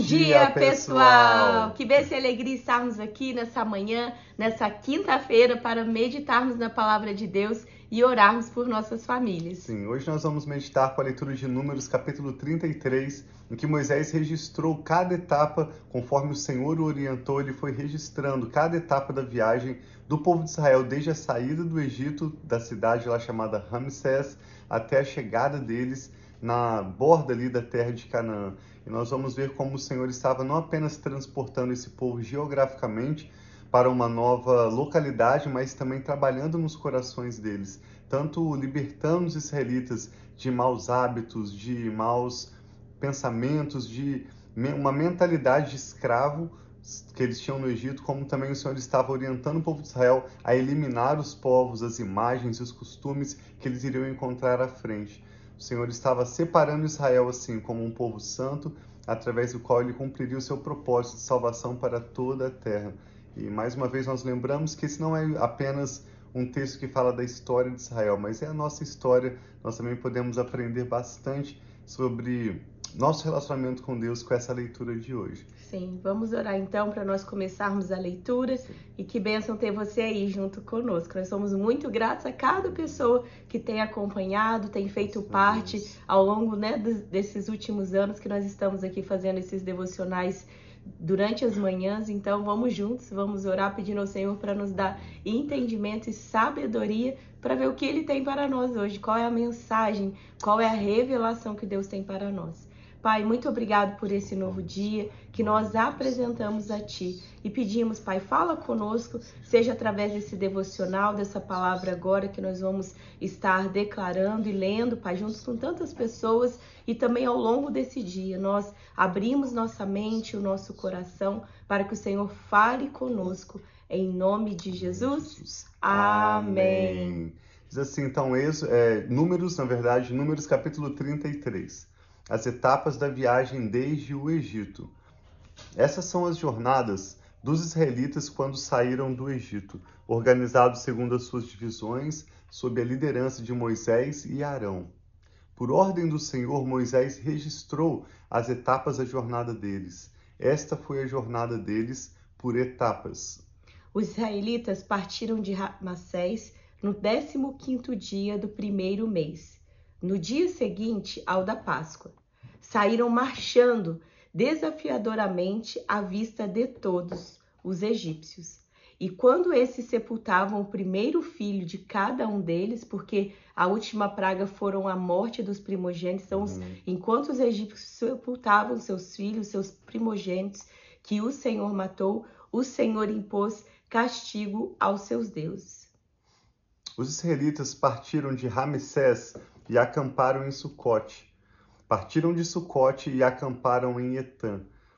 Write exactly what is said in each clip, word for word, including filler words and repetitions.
dia, pessoal! Que bênção e alegria estarmos aqui nessa manhã, nessa quinta-feira, para meditarmos na Palavra de Deus e orarmos por nossas famílias. Sim, hoje nós vamos meditar com a leitura de Números, capítulo trinta e três, em que Moisés registrou cada etapa, conforme o Senhor o orientou, ele foi registrando cada etapa da viagem do povo de Israel, desde a saída do Egito, da cidade lá chamada Ramsés, até a chegada deles na borda ali da terra de Canaã. E nós vamos ver como o Senhor estava não apenas transportando esse povo geograficamente para uma nova localidade, mas também trabalhando nos corações deles, tanto libertando os israelitas de maus hábitos, de maus pensamentos, de uma mentalidade de escravo que eles tinham no Egito, como também o Senhor estava orientando o povo de Israel a eliminar os povos, as imagens e os costumes que eles iriam encontrar à frente. O Senhor estava separando Israel assim como um povo santo, através do qual ele cumpriria o seu propósito de salvação para toda a terra. E mais uma vez nós lembramos que esse não é apenas um texto que fala da história de Israel, mas é a nossa história. Nós também podemos aprender bastante sobre nosso relacionamento com Deus com essa leitura de hoje. Sim, vamos orar então para nós começarmos a leitura. Sim. E que bênção ter você aí junto conosco. Nós somos muito gratos a cada pessoa que tem acompanhado, tem feito Sim. parte ao longo, né, desses últimos anos que nós estamos aqui fazendo esses devocionais durante as manhãs. Então vamos juntos, vamos orar pedindo ao Senhor para nos dar entendimento e sabedoria para ver o que Ele tem para nós hoje, qual é a mensagem, qual é a revelação que Deus tem para nós. Pai, muito obrigado por esse novo dia que nós apresentamos a Ti e pedimos, Pai, fala conosco, seja através desse devocional, dessa palavra agora que nós vamos estar declarando e lendo, Pai, juntos com tantas pessoas e também ao longo desse dia. Nós abrimos nossa mente, o nosso coração para que o Senhor fale conosco. Em nome de Jesus. Amém. Amém. Diz assim, então, esse, é, Números, na verdade, Números capítulo trinta e três. As etapas da viagem desde o Egito. Essas são as jornadas dos israelitas quando saíram do Egito, organizados segundo as suas divisões, sob a liderança de Moisés e Arão. Por ordem do Senhor, Moisés registrou as etapas da jornada deles. Esta foi a jornada deles por etapas. Os israelitas partiram de Ramassés no décimo quinto dia do primeiro mês, no dia seguinte ao da Páscoa. Saíram marchando desafiadoramente à vista de todos os egípcios. E quando esses sepultavam o primeiro filho de cada um deles, porque a última praga foram a morte dos primogênitos, então, uhum. enquanto os egípcios sepultavam seus filhos, seus primogênitos, que o Senhor matou, o Senhor impôs castigo aos seus deuses. Os israelitas partiram de Ramsés e acamparam em Sucote. Partiram de Sucote e acamparam em Etã,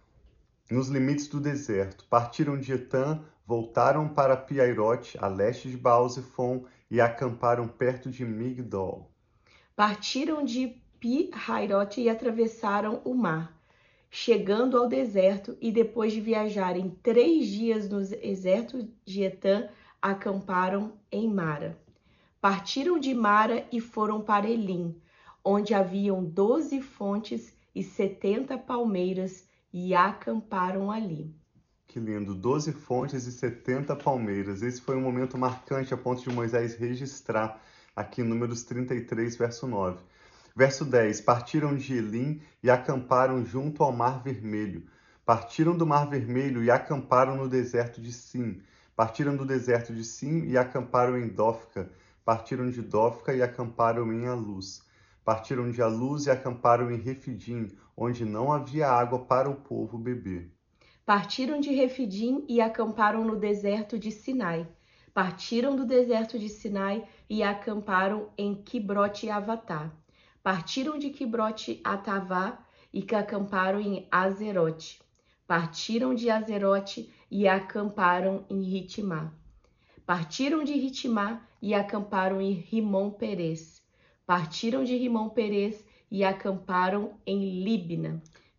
nos limites do deserto. Partiram de Etã, voltaram para Piairote, a leste de Baal-Zefon, e acamparam perto de Migdol. Partiram de Pi-Hairote e atravessaram o mar, chegando ao deserto, e depois de viajarem três dias no deserto de Etã, acamparam em Mara. Partiram de Mara e foram para Elim, onde haviam doze fontes e setenta palmeiras, e acamparam ali. Que lindo, doze fontes e setenta palmeiras. Esse foi um momento marcante a ponto de Moisés registrar aqui em Números trinta e três, verso nove. Verso dez, partiram de Elim e acamparam junto ao Mar Vermelho. Partiram do Mar Vermelho e acamparam no deserto de Sim. Partiram do deserto de Sim e acamparam em Dófica. Partiram de Dófica e acamparam em Aluz. Partiram de Aluz e acamparam em Refidim, onde não havia água para o povo beber. Partiram de Refidim e acamparam no deserto de Sinai. Partiram do deserto de Sinai e acamparam em Quibrote Avatá. Partiram de Quibrote Atavá e acamparam em Azerote. Partiram de Azerote e acamparam em Ritimá. Partiram de Ritimá e acamparam em Rimon-Perez. Partiram de Rimon-Perez e acamparam em Líbna.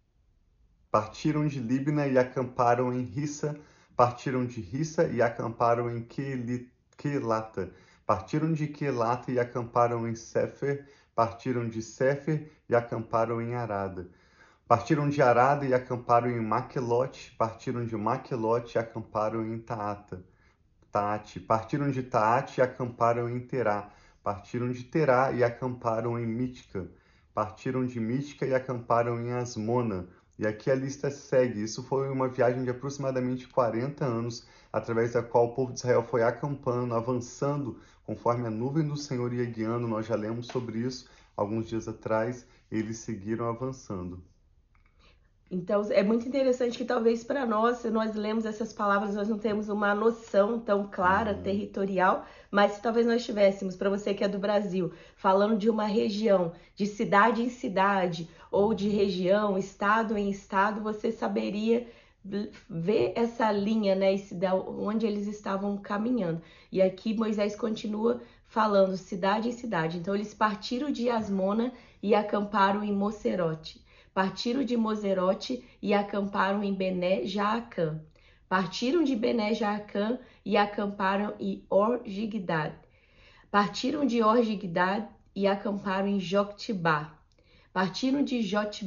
Partiram de Líbna e acamparam em Rissa. Partiram de Rissa e acamparam em Quelata. Partiram de Quelata e acamparam em Sefer. Partiram de Sefer e acamparam em Arada. Partiram de Arada e acamparam em Maquelote, partiram de Maquelote e acamparam em Taata. Taate. Partiram de Taate e acamparam em Terá. Partiram de Terá e acamparam em Mítica. Partiram de Mítica e acamparam em Asmona. E aqui a lista segue. Isso foi uma viagem de aproximadamente quarenta anos, através da qual o povo de Israel foi acampando, avançando, conforme a nuvem do Senhor ia guiando. Nós já lemos sobre isso alguns dias atrás. Eles seguiram avançando. Então, é muito interessante que talvez para nós, se nós lemos essas palavras, nós não temos uma noção tão clara, uhum. territorial, mas se talvez nós tivéssemos, para você que é do Brasil, falando de uma região, de cidade em cidade, ou de região, estado em estado, você saberia ver essa linha, né, onde eles estavam caminhando. E aqui Moisés continua falando cidade em cidade. Então, eles partiram de Asmona e acamparam em Mocerote. Partiram de Moserote e acamparam em Bené Jaacã. Partiram de Bené Jaacã e acamparam em Orgigdad. Partiram de Orgigdad e acamparam em Jotibá. Partiram de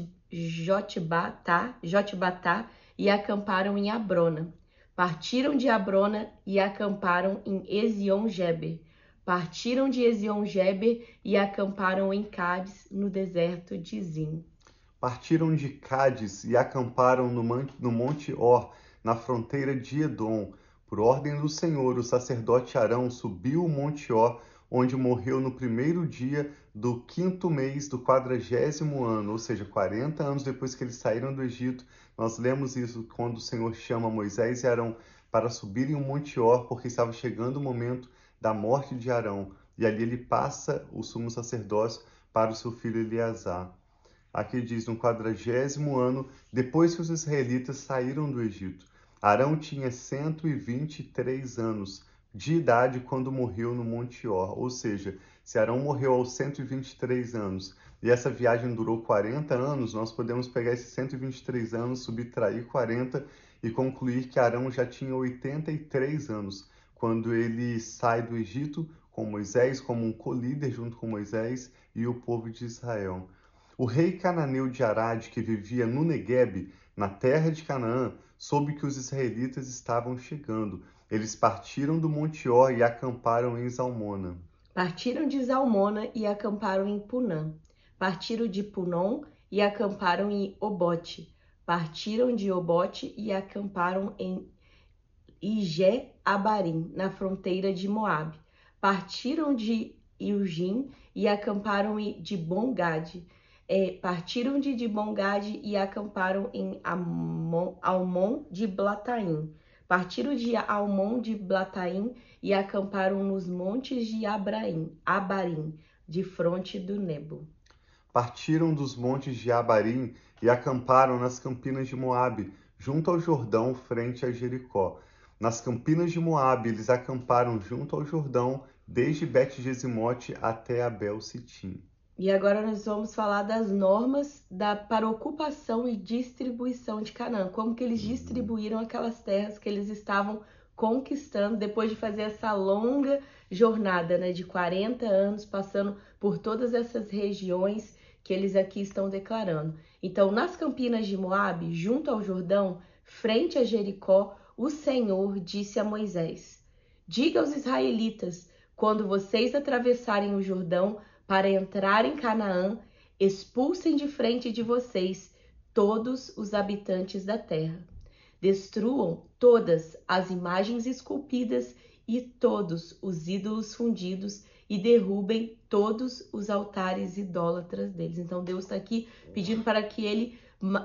Jotbatá, Jotbatá e acamparam em Abrona. Partiram de Abrona e acamparam em Ezion-Geber. Partiram de Ezion-Geber e acamparam em Cádiz, no deserto de Zin. Partiram de Cádiz e acamparam no Monte Or, na fronteira de Edom. Por ordem do Senhor, o sacerdote Arão subiu o Monte Or, onde morreu no primeiro dia do quinto mês do quadragésimo ano, ou seja, quarenta anos depois que eles saíram do Egito. Nós lemos isso quando o Senhor chama Moisés e Arão para subirem o Monte Or, porque estava chegando o momento da morte de Arão. E ali ele passa o sumo sacerdócio para o seu filho Eleazar. Aqui diz, no quadragésimo ano, depois que os israelitas saíram do Egito. Arão tinha cento e vinte e três anos de idade quando morreu no Monte Or. Ou seja, se Arão morreu aos cento e vinte e três anos e essa viagem durou quarenta anos, nós podemos pegar esses cento e vinte e três anos, subtrair quarenta e concluir que Arão já tinha oitenta e três anos quando ele sai do Egito com Moisés, como um co-líder junto com Moisés e o povo de Israel. O rei cananeu de Arad, que vivia no Neguebe, na terra de Canaã, soube que os israelitas estavam chegando. Eles partiram do Monte Or e acamparam em Zalmona. Partiram de Zalmona e acamparam em Punã. Partiram de Punom e acamparam em Obote. Partiram de Obote e acamparam em Ijé-Abarim, na fronteira de Moabe. Partiram de Ilgim e acamparam em Dibon-Gade. É, partiram de Dibon-Gade e acamparam em Almon, Almon de Blataim. Partiram de Almon de Blataim e acamparam nos montes de Abraim, Abarim, de fronte do Nebo. Partiram dos montes de Abarim e acamparam nas campinas de Moabe, junto ao Jordão, frente a Jericó. Nas campinas de Moabe, eles acamparam junto ao Jordão, desde Bet-Gesimote até Abel-Sitim. E agora nós vamos falar das normas da, para ocupação e distribuição de Canaã. Como que eles distribuíram aquelas terras que eles estavam conquistando depois de fazer essa longa jornada, né, de quarenta anos, passando por todas essas regiões que eles aqui estão declarando. Então, nas campinas de Moabe, junto ao Jordão, frente a Jericó, o Senhor disse a Moisés: diga aos israelitas, quando vocês atravessarem o Jordão, para entrar em Canaã, expulsem de frente de vocês todos os habitantes da terra. Destruam todas as imagens esculpidas e todos os ídolos fundidos e derrubem todos os altares idólatras deles. Então Deus está aqui pedindo para que ele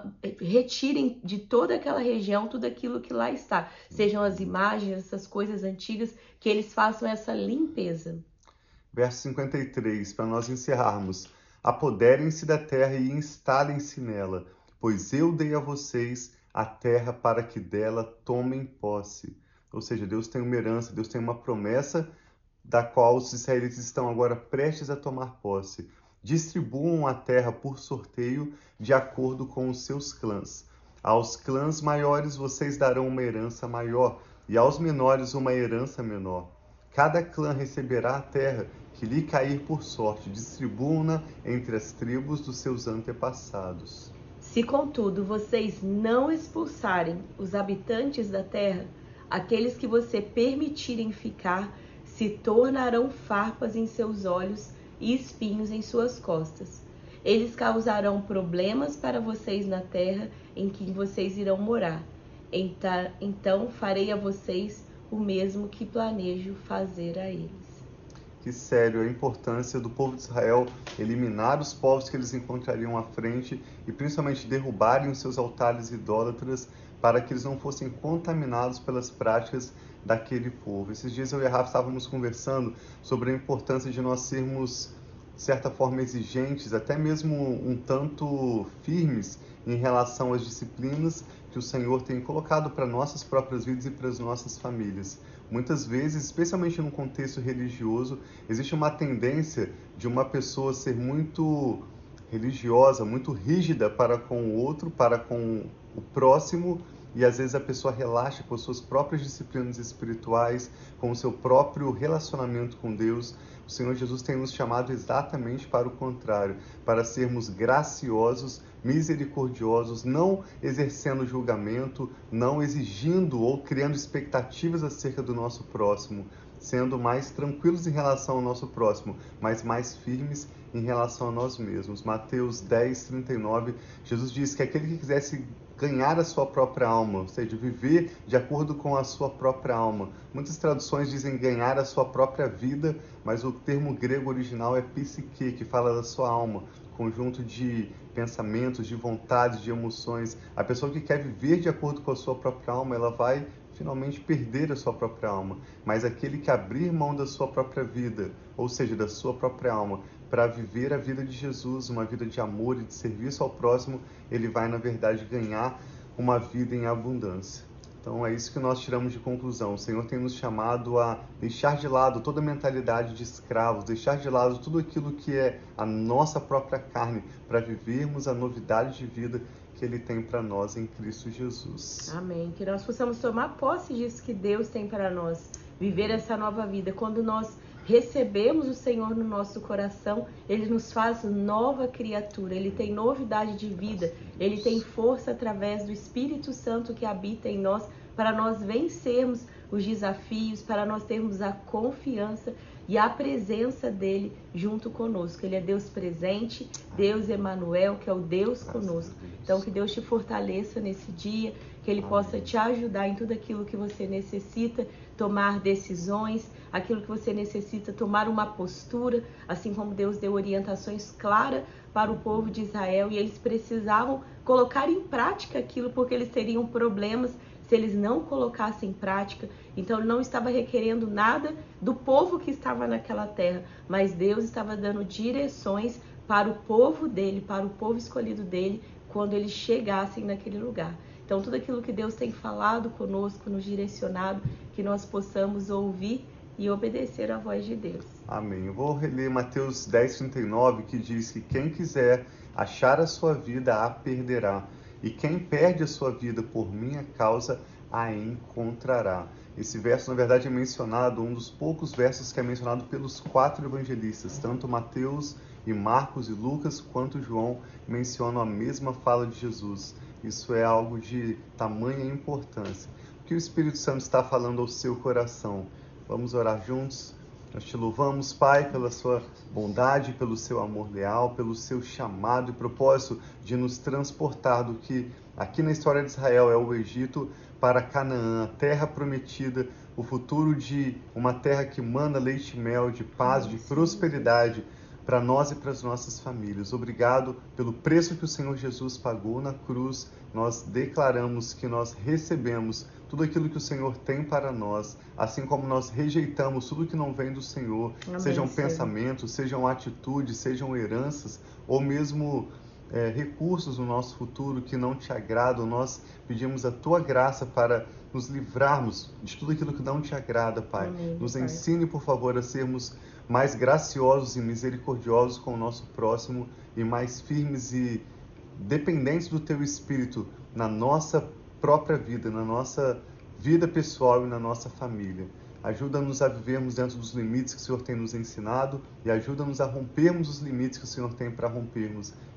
retirem de toda aquela região tudo aquilo que lá está. Sejam as imagens, essas coisas antigas, que eles façam essa limpeza. Verso cinquenta e três, para nós encerrarmos. Apoderem-se da terra e instalem-se nela, pois eu dei a vocês a terra para que dela tomem posse. Ou seja, Deus tem uma herança, Deus tem uma promessa da qual os israelitas estão agora prestes a tomar posse. Distribuam a terra por sorteio de acordo com os seus clãs. Aos clãs maiores vocês darão uma herança maior e aos menores uma herança menor. Cada clã receberá a terra que lhe cair por sorte, distribuam-na entre as tribos dos seus antepassados. Se, contudo, vocês não expulsarem os habitantes da terra, aqueles que você permitirem ficar se tornarão farpas em seus olhos e espinhos em suas costas. Eles causarão problemas para vocês na terra em que vocês irão morar. Então farei a vocês o mesmo que planejo fazer a eles. Que sério a importância do povo de Israel eliminar os povos que eles encontrariam à frente e principalmente derrubarem os seus altares idólatras para que eles não fossem contaminados pelas práticas daquele povo. Esses dias eu e a Rafa estávamos conversando sobre a importância de nós sermos, de certa forma, exigentes, até mesmo um tanto firmes em relação às disciplinas que o Senhor tem colocado para nossas próprias vidas e para as nossas famílias. Muitas vezes, especialmente no contexto religioso, existe uma tendência de uma pessoa ser muito religiosa, muito rígida para com o outro, para com o próximo, e às vezes a pessoa relaxa com as suas próprias disciplinas espirituais, com o seu próprio relacionamento com Deus. O Senhor Jesus tem nos chamado exatamente para o contrário, para sermos graciosos, misericordiosos, não exercendo julgamento, não exigindo ou criando expectativas acerca do nosso próximo, sendo mais tranquilos em relação ao nosso próximo, mas mais firmes em relação a nós mesmos. Mateus dez, trinta e nove, Jesus diz que aquele que quisesse ganhar a sua própria alma, ou seja, viver de acordo com a sua própria alma. Muitas traduções dizem ganhar a sua própria vida, mas o termo grego original é psique, que fala da sua alma, conjunto de pensamentos, de vontades, de emoções. A pessoa que quer viver de acordo com a sua própria alma, ela vai finalmente perder a sua própria alma. Mas aquele que abrir mão da sua própria vida, ou seja, da sua própria alma, para viver a vida de Jesus, uma vida de amor e de serviço ao próximo, ele vai, na verdade, ganhar uma vida em abundância. Então é isso que nós tiramos de conclusão. O Senhor tem nos chamado a deixar de lado toda a mentalidade de escravos, deixar de lado tudo aquilo que é a nossa própria carne, para vivermos a novidade de vida que Ele tem para nós em Cristo Jesus. Amém. Que nós possamos tomar posse disso que Deus tem para nós, viver essa nova vida. Quando nós recebemos o Senhor no nosso coração, Ele nos faz nova criatura, Ele tem novidade de vida, Ele tem força através do Espírito Santo que habita em nós, para nós vencermos os desafios, para nós termos a confiança e a presença dEle junto conosco. Ele é Deus presente, Deus Emanuel, que é o Deus conosco. Então que Deus te fortaleça nesse dia, que Ele possa te ajudar em tudo aquilo que você necessita tomar decisões, aquilo que você necessita tomar uma postura, assim como Deus deu orientações claras para o povo de Israel, e eles precisavam colocar em prática aquilo, porque eles teriam problemas se eles não colocassem em prática. Então ele não estava requerendo nada do povo que estava naquela terra, mas Deus estava dando direções para o povo dele, para o povo escolhido dele, quando eles chegassem naquele lugar. Então tudo aquilo que Deus tem falado conosco, nos direcionado, que nós possamos ouvir e obedecer à voz de Deus. Amém. Eu vou reler Mateus dez, trinta e nove, que diz que quem quiser achar a sua vida, a perderá. E quem perde a sua vida por minha causa, a encontrará. Esse verso, na verdade, é mencionado, um dos poucos versos que é mencionado pelos quatro evangelistas. Tanto Mateus e Marcos e Lucas, quanto João mencionam a mesma fala de Jesus. Isso é algo de tamanha importância. O que o Espírito Santo está falando ao seu coração? Vamos orar juntos? Nós te louvamos, Pai, pela sua bondade, pelo seu amor leal, pelo seu chamado e propósito de nos transportar do que aqui na história de Israel é o Egito para Canaã, a terra prometida, o futuro de uma terra que mana leite e mel, de paz, de prosperidade para nós e para as nossas famílias. Obrigado pelo preço que o Senhor Jesus pagou na cruz. Nós declaramos que nós recebemos tudo aquilo que o Senhor tem para nós, assim como nós rejeitamos tudo que não vem do Senhor, Amém, sejam Senhor. Pensamentos, sejam atitudes, sejam heranças, ou mesmo é, recursos no nosso futuro que não te agradam. Nós pedimos a Tua graça para nos livrarmos de tudo aquilo que não te agrada, Pai. Amém, nos Pai. Ensine, por favor, a sermos mais graciosos e misericordiosos com o nosso próximo e mais firmes e dependentes do Teu Espírito na nossa própria vida, na nossa vida pessoal e na nossa família. Ajuda-nos a vivermos dentro dos limites que o Senhor tem nos ensinado e ajuda-nos a rompermos os limites que o Senhor tem para rompermos.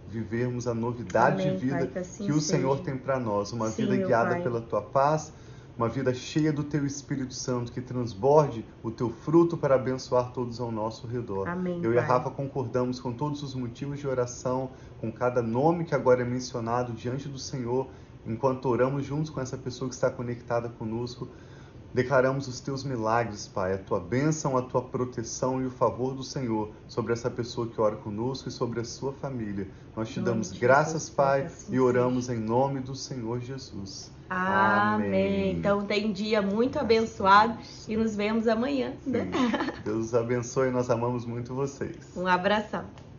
vivermos a novidade Amém, de vida Pai, que assim que o Senhor seja. tem para nós, uma Sim, vida meu guiada Pai. pela tua paz, uma vida cheia do teu Espírito Santo, que transborde o teu fruto para abençoar todos ao nosso redor. Amém, Eu e a Pai. Rafa concordamos com todos os motivos de oração, com cada nome que agora é mencionado diante do Senhor, enquanto oramos juntos com essa pessoa que está conectada conosco. Declaramos os teus milagres, Pai, a tua bênção, a tua proteção e o favor do Senhor sobre essa pessoa que ora conosco e sobre a sua família. Nós te Em nome damos de graças, Jesus, Pai, que assim e oramos seja. em nome do Senhor Jesus. Amém. Então tem um dia muito Graças abençoado a Deus. e nos vemos amanhã, né? Sim. Deus os abençoe, nós amamos muito vocês. Um abração.